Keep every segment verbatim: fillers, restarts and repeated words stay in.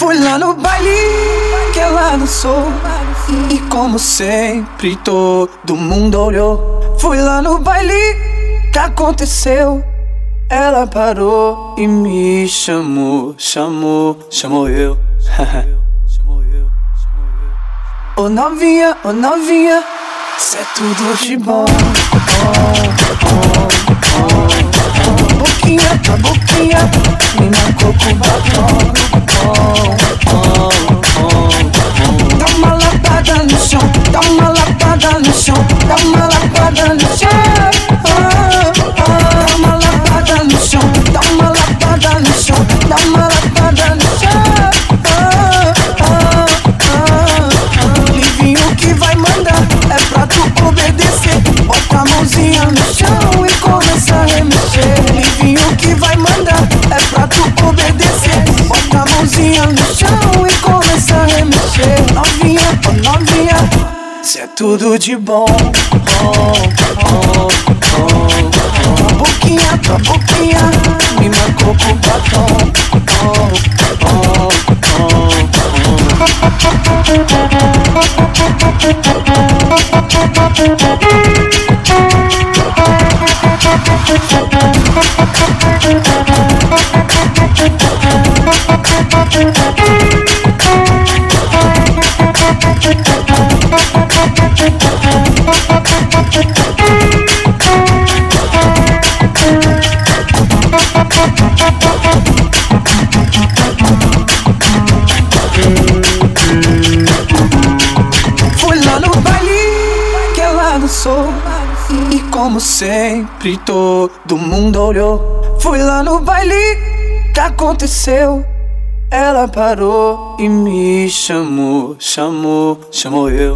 Fui lá no baile que ela dançou e como sempre todo mundo olhou. Fui lá no baile que aconteceu. Ela parou e me chamou, chamou, chamou eu. Ô novinha, ô novinha, cê é tudo de bom. Oh, oh, oh, oh. Boquinha, tua boquinha me marcou com batom. Oh, oh, oh, oh. Dá uma lapada no chão, dá uma lapada no chão, dá uma lapada no chão. Oh, oh. Dá uma lapada no chão, dá uma lapada no chão, dá uma lapada no chão. Oh, oh, oh. Livinho que vai mandar é pra tu obedecer. Bota a mãozinha no chão e começa a remexer. Livinho que vai mandar é pra tu obedecer. Bota a mãozinha no chão e começa a remexer. Novinha, oh novinha, cê é tudo de bom. Oh, oh, oh, oh. Tua boquinha, tua boquinha me marcou com batom. Oh, oh, oh, Fui lá no baile que ela dançou e como sempre todo mundo olhou. Fui lá no baile que aconteceu. Ela parou e me chamou, chamou, chamou eu.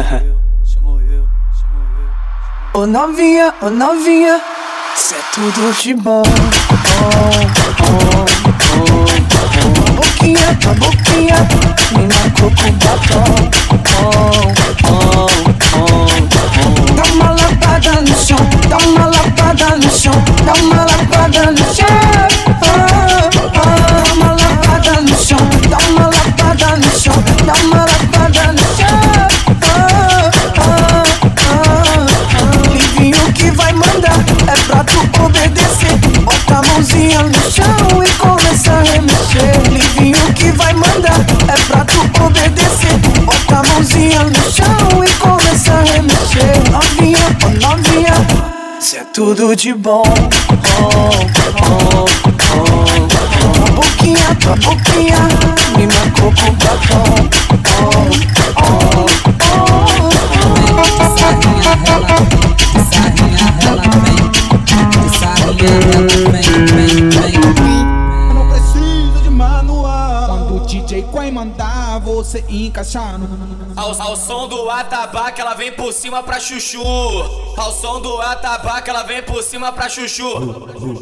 Ô novinha, ô novinha, cê é tudo de bom. Oh, oh, oh, oh. Boquinha, tua boquinha me marcou com batom. Oh, oh, oh, oh. Dá uma lapada no chão, dá uma lapada no chão, dá uma lapada no chão. Oh, oh. Dá uma lapada no chão, dá uma lapada no chão, dá uma lapada no chão. Oh, oh, oh. Livinho que vai mandar é pra tu obedecer. Bota a mãozinha no chão e começa a remexer. Livinho que vai mandar é pra tu obedecer. Bota a mãozinha no chão e começa a remexer. Novinha, oh novinha, cê é tudo de bom. Oh, oh, oh, oh. Tua boquinha, tua boquinha me marcou com batom. Oh, oh, oh, oh. Sarrinha, ela vem, de sarrinha, ela vem, de sarrinha, ela vem, vem, vem. Não precisa de manual. Quando o D J Quay mandar você encaixar no... Ao, ao som do atabaque ela vem por cima pra chuchu. Ao som do atabaque ela vem por cima pra chuchu.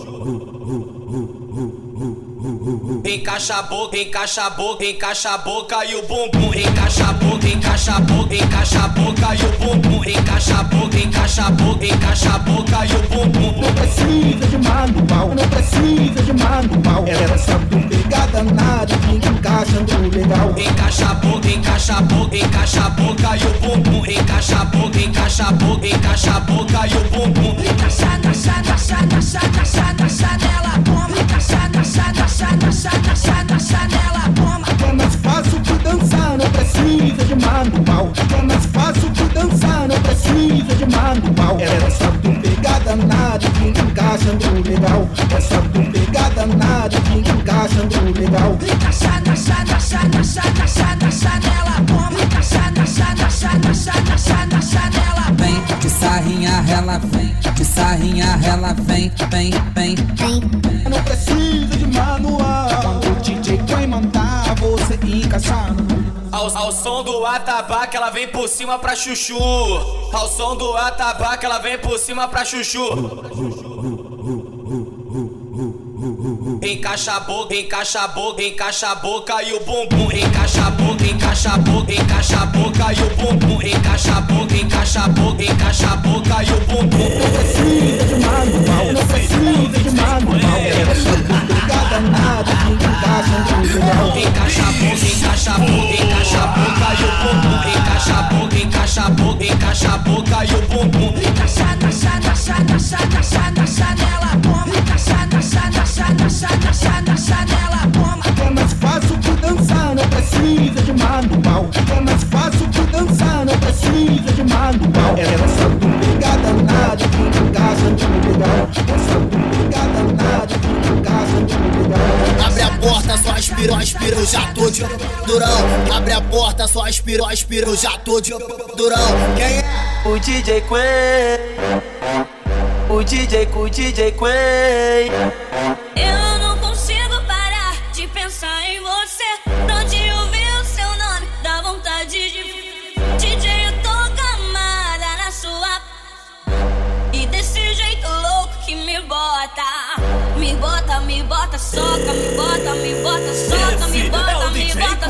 Encaixa a boca, encaixa a boca, encaixa a boca e o bumbum. Encaixa a boca, encaixa a boca, encaixa a boca e o bumbum. Encaixa a boca, encaixa a boca, encaixa a boca e o bumbum. Não precisa de manual, não precisa de manual. Ela sabe pegar danado e encaixando legal. Encaixa a boca, encaixa a boca, encaixa a boca e o bumbum. Encaixa a boca, encaixa a boca, encaixa a boca e o bumbum. Encaixa, encaixa, encaixa, encaixa, encaixa, encaixa nela, toma. Encaixa, encaixa, encaixa, encaixa, encaixa, encaixa nela, toma. É mais fácil que dançar, não precisa de manual. É mais fácil que dançar, não precisa de manual. Ela sabe pegar danado e encaixando legal. É só tu pegar danado e encaixando legal. Encaixa, encaixa, encaixa, encaixa, encaixa, encaixa nela, toma. Encaixa, encaixa, encaixa, encaixa, encaixa, encaixa nela, Vem, de sarrinha, ela vem, de sarrinha, ela vem, vem, vem. Não precisa de manual. Quando o D J Quay mandar você encaixar no... Ao, ao som do atabaque ela vem por cima pra chuchu. Ao som do atabaque ela vem por cima pra chuchu. encaixa a boca, encaixa a boca, encaixa a boca e o bumbum, encaixa a boca, encaixa a boca, encaixa a boca e o bumbum, encaixa a boca, encaixa a boca, encaixa a boca e o bumbum. Não precisa de manual, não precisa de manual. É só tu pegar danado que encaixa no legal. Encaixa a boca, encaixa a boca, encaixa a boca e o bumbum, encaixa a boca, encaixa a boca, encaixa a boca e o bumbum. Encaixa, encaixa, encaixa, encaixa, encaixa na chanela, toma. Encaixa, encaixa, encaixa, encaixa, encaixa na chanela, toma. É mais fácil que dançar, não precisa de manual. É mais fácil que dançar, não precisa de manual. É só tu pegar danado que encaixa no legal. É só tu pegar danado que encaixa no legal. Abre a porta, só aspiro, aspiro, já tô de durão. Abre a porta, só aspiro, aspiro, já tô de durão. Quem é? O D J Queen, o D J com o D J Queen. Eu não consigo parar de pensar em você. Onde ouvir o seu nome, dá vontade de. D J, eu tô camada na sua. E desse jeito louco que me bota. Me bota, me bota, soca, me bota, me bota, soca, me bota, me bota,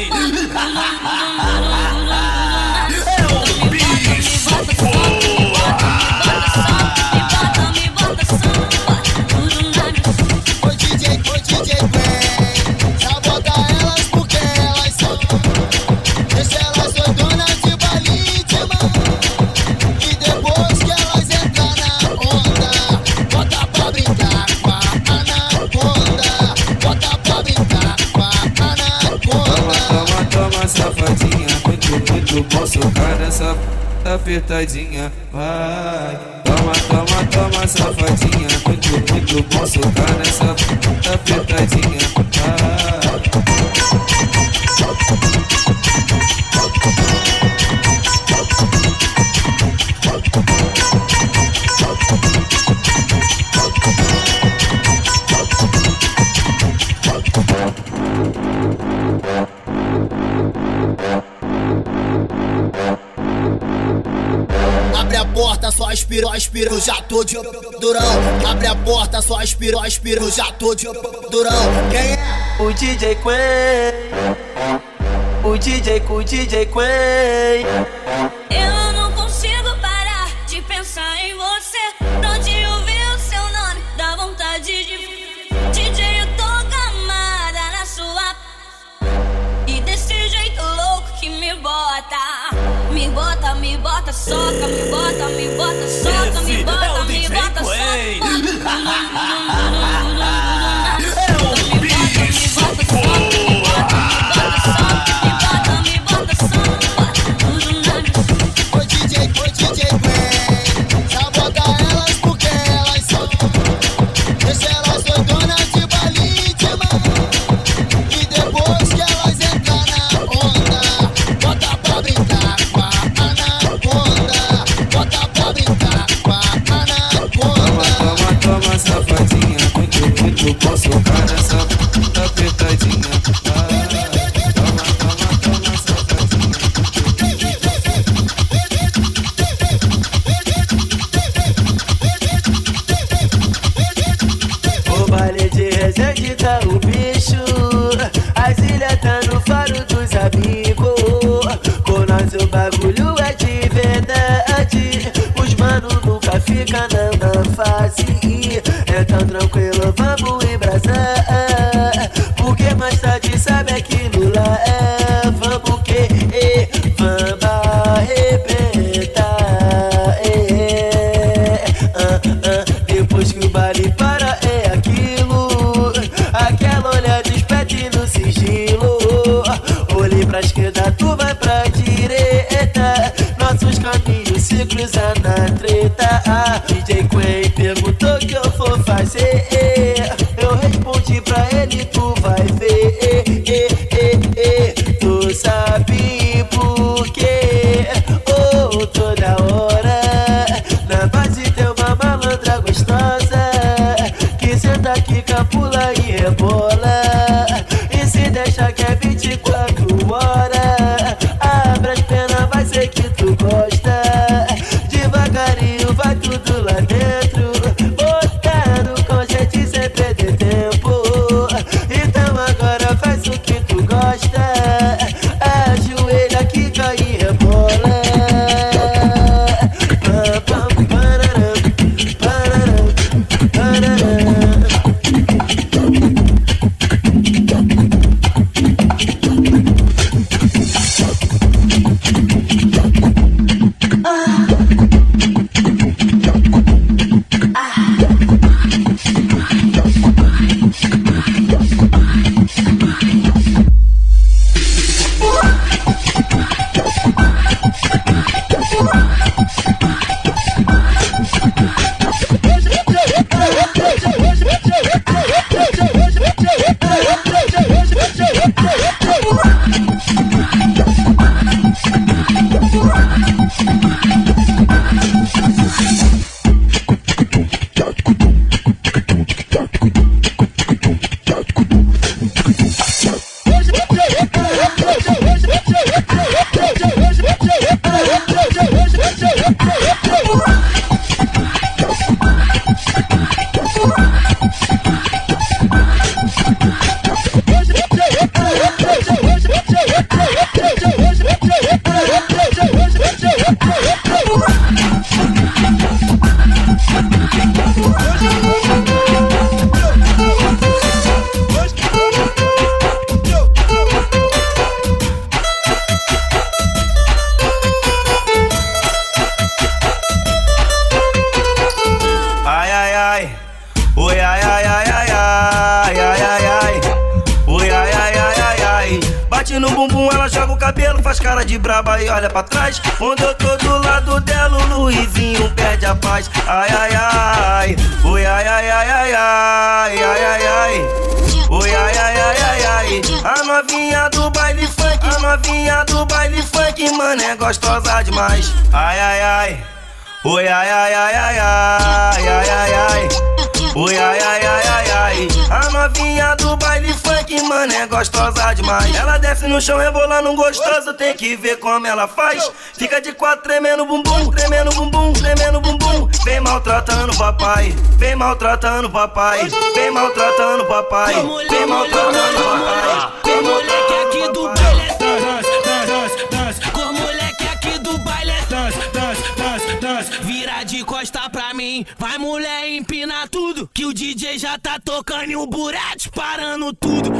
Oi D J, oi D J Queen, já bota elas porque elas são. Deixa elas doidonas de baile de mão. E depois que elas entram na onda, bota pra brincar com a anaconda. Bota pra brincar com a anaconda. Toma, toma, toma, safadinha. Muito, muito bom socar nessa p*** apertadinha. Vai. Toma, toma, toma, safadinha. Muito, muito bom socar nessa p*** apertadinha. Vai. Abre a porta, só aspiro, aspiro, já tô de durão. Abre a porta, só aspiro, aspiro, já tô de durão. Quem é? O D J Queen, o D J com o D J Queen. eu não consigo parar de pensar em você. Onde ouvir o seu nome, dá vontade de. D J, eu tô camada na sua. E desse jeito louco que me bota. Me bota, me bota, soca, me bota, me bota, soca, me bota, me bota, Oi D J, oi D J Queen, já bota elas porque elas são. Deixa elas doidonas de baile de mão. E depois que elas entram na onda, bota pra brincar com a anaconda. Bota pra brincar com a anaconda. Toma, toma, safadinha. Muito, muito bom socar nessa p*** apertadinha. Vai. Toma, toma, toma, safadinha. O baile de Resende tá o bicho. As ilhas tá no faro dos amigos. Com nós o bagulho é de verdade. Os mano nunca fica na má fase. Então tranquilo, vamos embrasar. Porque mais tarde sabe aquilo lá é. Vamos que, eh, vamos arrebentar. eh, ah, ah. Depois que o baile para é aquilo. Aquela olhada esperta e no sigilo. Olhei pra esquerda, tu vai pra direita. Nossos caminhos se cruzam na treta. Ah, D J Queen perguntou o que eu vou fazer. Eu respondi pra ele, tu vai ver. Tu sabe por quê? Oh, toda hora na base tem uma malandra gostosa que senta aqui, capula e rebola. E se deixa que é vinte e quatro horas. Abre as pernas, vai ser que tu gosta. Devagarinho vai tudo lá dentro. Botando com gente sem perder tempo. gosta. Ajoelha, quica e rebola. Pam, pam, pararam, pararam, pararam. No bumbum ela joga o cabelo, faz cara de braba e olha pra trás. Quando eu tô do lado dela, o Luizinho perde a paz. Ai, ai, ai, oi, ai, ai, ai, ai, ai, ai, ai, ai, oi, ai, ai, ai, ai, ai. A novinha do baile funk, a novinha do baile funk, mano, é gostosa demais. Ai, ai, ai, oi, ai, ai, ai, ai, ai, ai, ai, ai, oi, ai, ai, ai, ai, ai. A novinha do baile funk, mano, é gostosa demais. Ela desce no chão rebolando gostoso, tem que ver como ela faz. Fica de quatro tremendo bumbum, tremendo bumbum, tremendo bumbum. Vem maltratando papai, vem maltratando papai, vem maltratando papai, vem maltratando papai. Com moleque aqui do baile é dance, dance, dance. Com moleque aqui do baile é dance, dance, dance, dance. Vira de costa pra mim, vai mulher empina tudo, que o D J já tá tocando e o burete parando tudo.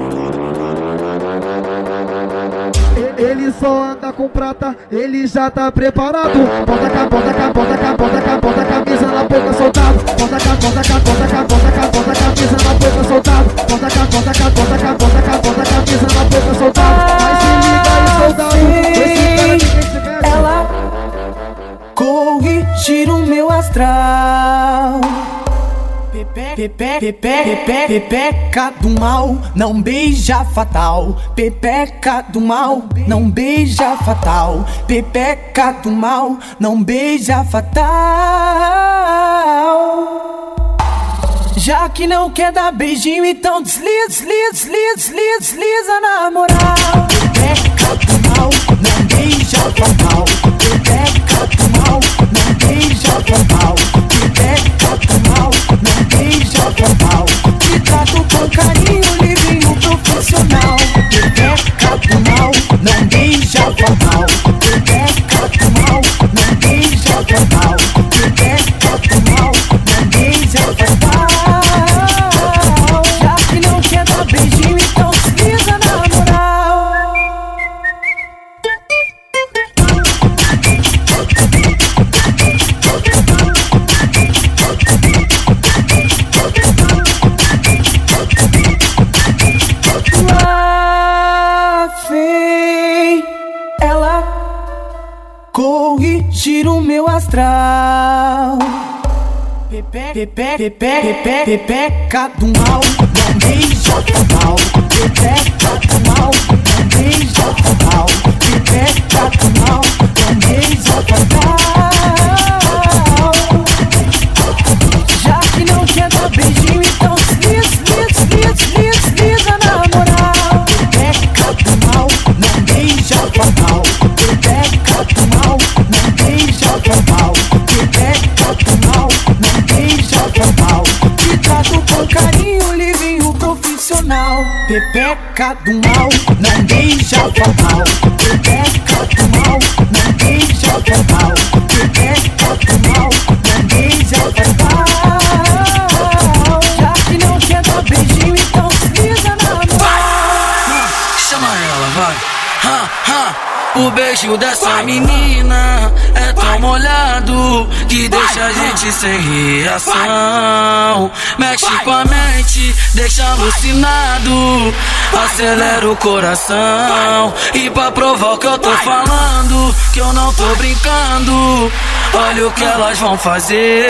Ele só anda com prata, ele já tá preparado. Bota cá, bota cá, bota cá, bota cá, bota a camisa na boca soltado. Bota cá, bota cá, bota cá, bota cá, bota a camisa na boca soltado. Bota cá, bota cá, bota cá, bota cá, bota a camisa na boca soltado. Mas se liga aí, soldado, esse cara de quem se mete. Ela corrigir o meu astral. Pepe, pepe, pepe, pepeca do mal, não beija fatal. Pepeca do mal, não beija fatal. Pepeca do mal, não beija fatal. Já que não quer dar beijinho, então desliza, desliza, desliza, desliza, desliza na moral. Pepeca do mal, não beija fatal. Pepeca do mal, não beija fatal. Pepeca do mal, não beija fatal. Te trato com carinho, livrinho profissional. Pepeca do mal, não beija fatal. Pepeca do mal, não beija fatal. Pepeca do mal, não beija fatal. Já que não quer dar beijinho, então desliza na moral. Lá vem ela corrigir o meu astral. Pepe, pepe, pepe, pepe, pepeca do mal, não beija fatal. Pepeca do mal, não beija fatal. Pepeca do mal, não beija fatal. Já que não quer dar beijinho, então desliza, desliza, desliza, desliza, desliza na moral. Pepeca do mal, não beija fatal. Pepeca do mal, não beija fatal. Pepeca do mal, não beija fatal. Te trato com carinho, livrinho profissional. Pepeca Pepeca do mal, não beija formal. Pepeca do mal, não beija formal. Pepeca do mal, não beija formal. Já que não quer dar beijinho, então pisa na mão. Chama ela, vai. Ha, ha. O beijo dessa menina é tão molhado que deixa a gente sem reação. Mexe com a mente, deixa alucinado, acelera o coração. E pra provar o que eu tô falando, que eu não tô brincando, olha o que elas vão fazer.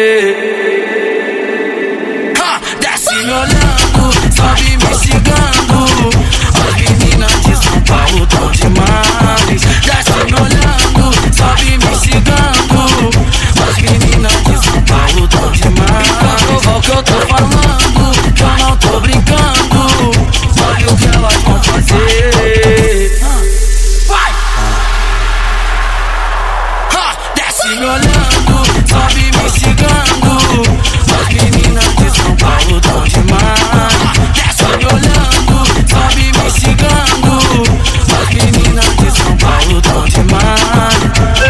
Ha! Desce me olhando, sobe me instigando. As meninas de São Paulo tão demais. Desce me olhando, sobe me instigando. As meninas de São Paulo tão demais. E pra provar o que eu tô falando, que eu não tô brincando, olha o que elas vão fazer. Vai! Ha! Desce me olhando, sobe me instigando. As meninas de São Paulo tão demais. Desce me olhando, sobe me instigando. As meninas de São Paulo tão demais.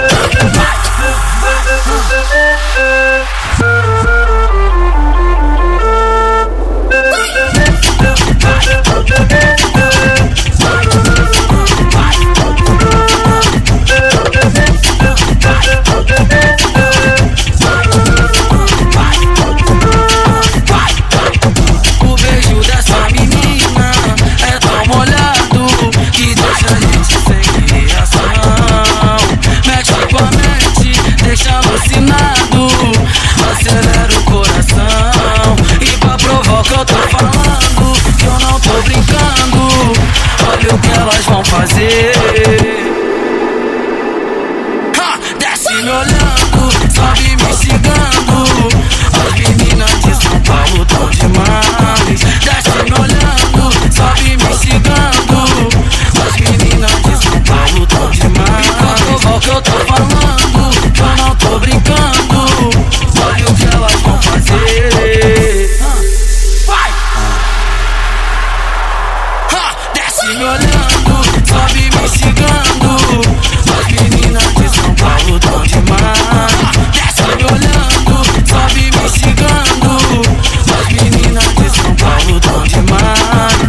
O beijo dessa menina é tão molhado que deixa a gente sem reação. Mexe com a mente, deixa alucinado, acelera o coração. E pra provar o que eu tô falando, que eu não tô brincando, olha o que elas vão fazer. Ha! Desce me olhando, sobe me instigando. As meninas de São Paulo tão demais. Desce me olhando, sobe me instigando. As meninas de São Paulo tão demais. E pra provar o que eu tô falando, que eu não tô brincando, olha o que elas vão fazer. Vai! Ha! Desce me olhando, sobe me instigando. As meninas de São Paulo tão demais. Desce me olhando, sobe me instigando. As meninas de São Paulo tão demais.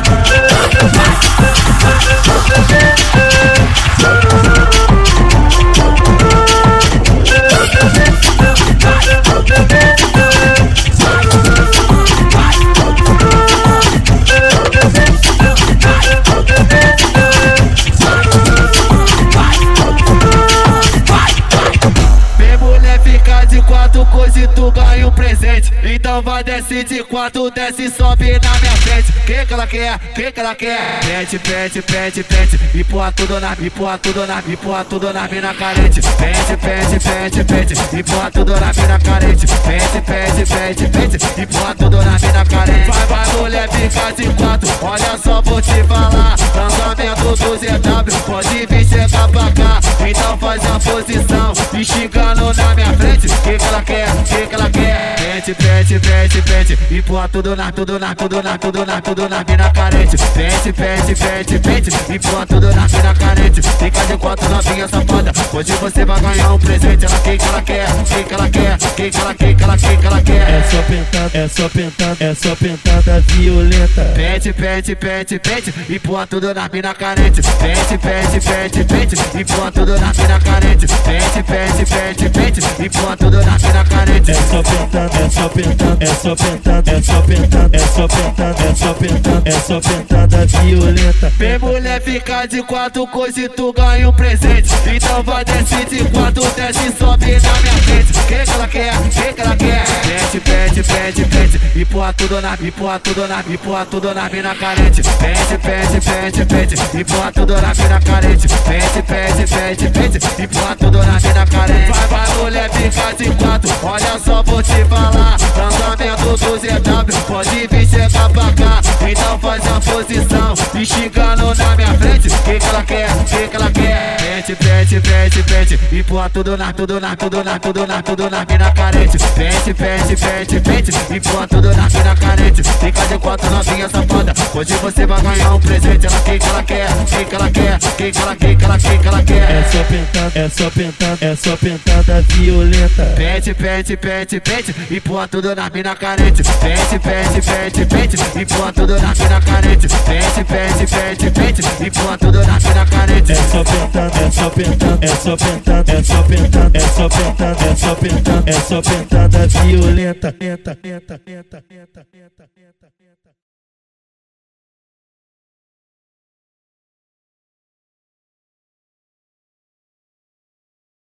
Vem mulher, fica de quatro coisas e tu ganha um presente. Então vai, desce de quatro, desce e sobe na minha frente. Que que ela quer? Que que ela quer? Pente, pente, pente, pente. E pôr tudo na, e pôr tudo na, e pôr tudo na mina carente. Pente, pente, pente, pente. E pôr tudo na mina carente. Pente, pente, pente, pente. E pôr tudo na mina carente. Vai, vai mulher, fica de quatro. Olha só, vou te falar. Lançamento do Z W, pode vir chegar pra cá. Então faz a posição, instigando na minha frente. Que que ela quer? Que que ela quer? Pente, pente, pente, pente. E pôr tudo na, tudo na, tudo na, tudo na, tudo na mina carente. Pente, pente, pente, pente. E pôr tudo na mina carente. Fica de quatro novinha safada, hoje você vai ganhar um presente. Ela que que ela quer? Que que ela quer? Que que ela quer? Que ela quer? Que ela quer? É só pentada, é só pentada, é só pentada violenta. Pente, pente, pente, pente. E pôr tudo na mina carente. Pente, pente, pente, pente. E pôr tudo na mina carente. Pente, pente, pente, pente. E pôr tudo na mina carente. É só pentada, é só pentada, é só pentada, é só pentada, é só pentada, é só pentada, é só pentada violenta. Vem mulher, fica de quatro coisas e tu ganha um presente. Então vai, desce de quatro, desce e sobe na minha frente. Que que ela quer? Que que ela quer? Pente, pente, pente, pente. E pôr tudo na, e pôr tudo na, e pôr tudo na mina carente. Pente, pente, pente, pente. E pôr tudo na mina carente. Pente, pente, pente, pente. E pôr tudo na mina carente. Vai, vai mulher, fica de quatro. Olha só, vou te falar. Lançamento do Z W, pode vir chegar pra cá. então faz a posição. E chegando na minha frente, que que ela quer, que que ela quer? Pente, pente, pente, pente, empurra tudo na, tudo na, tudo na, tudo na, tudo na mina carente. Pente, pente, pente, pente, empurra tudo na mina carente. Fica de quatro novinha safada, hoje você vai ganhar um presente. Ela que que ela quer, que que ela quer, que que ela quer, que ela quer, que ela quer. É só pentada, é só pentada, é só pentada violenta. Pente, pente, pente, pente, empurra tudo na mina carente. Pente, pente, pente, pente, empurra tudo na mina carente. Pente, pente, pente, pente, empurra tudo na mina carente. É só pentada, é só pentada, é só pentada, é só pentada, é só pentada, é só pentada, é só pentada violenta.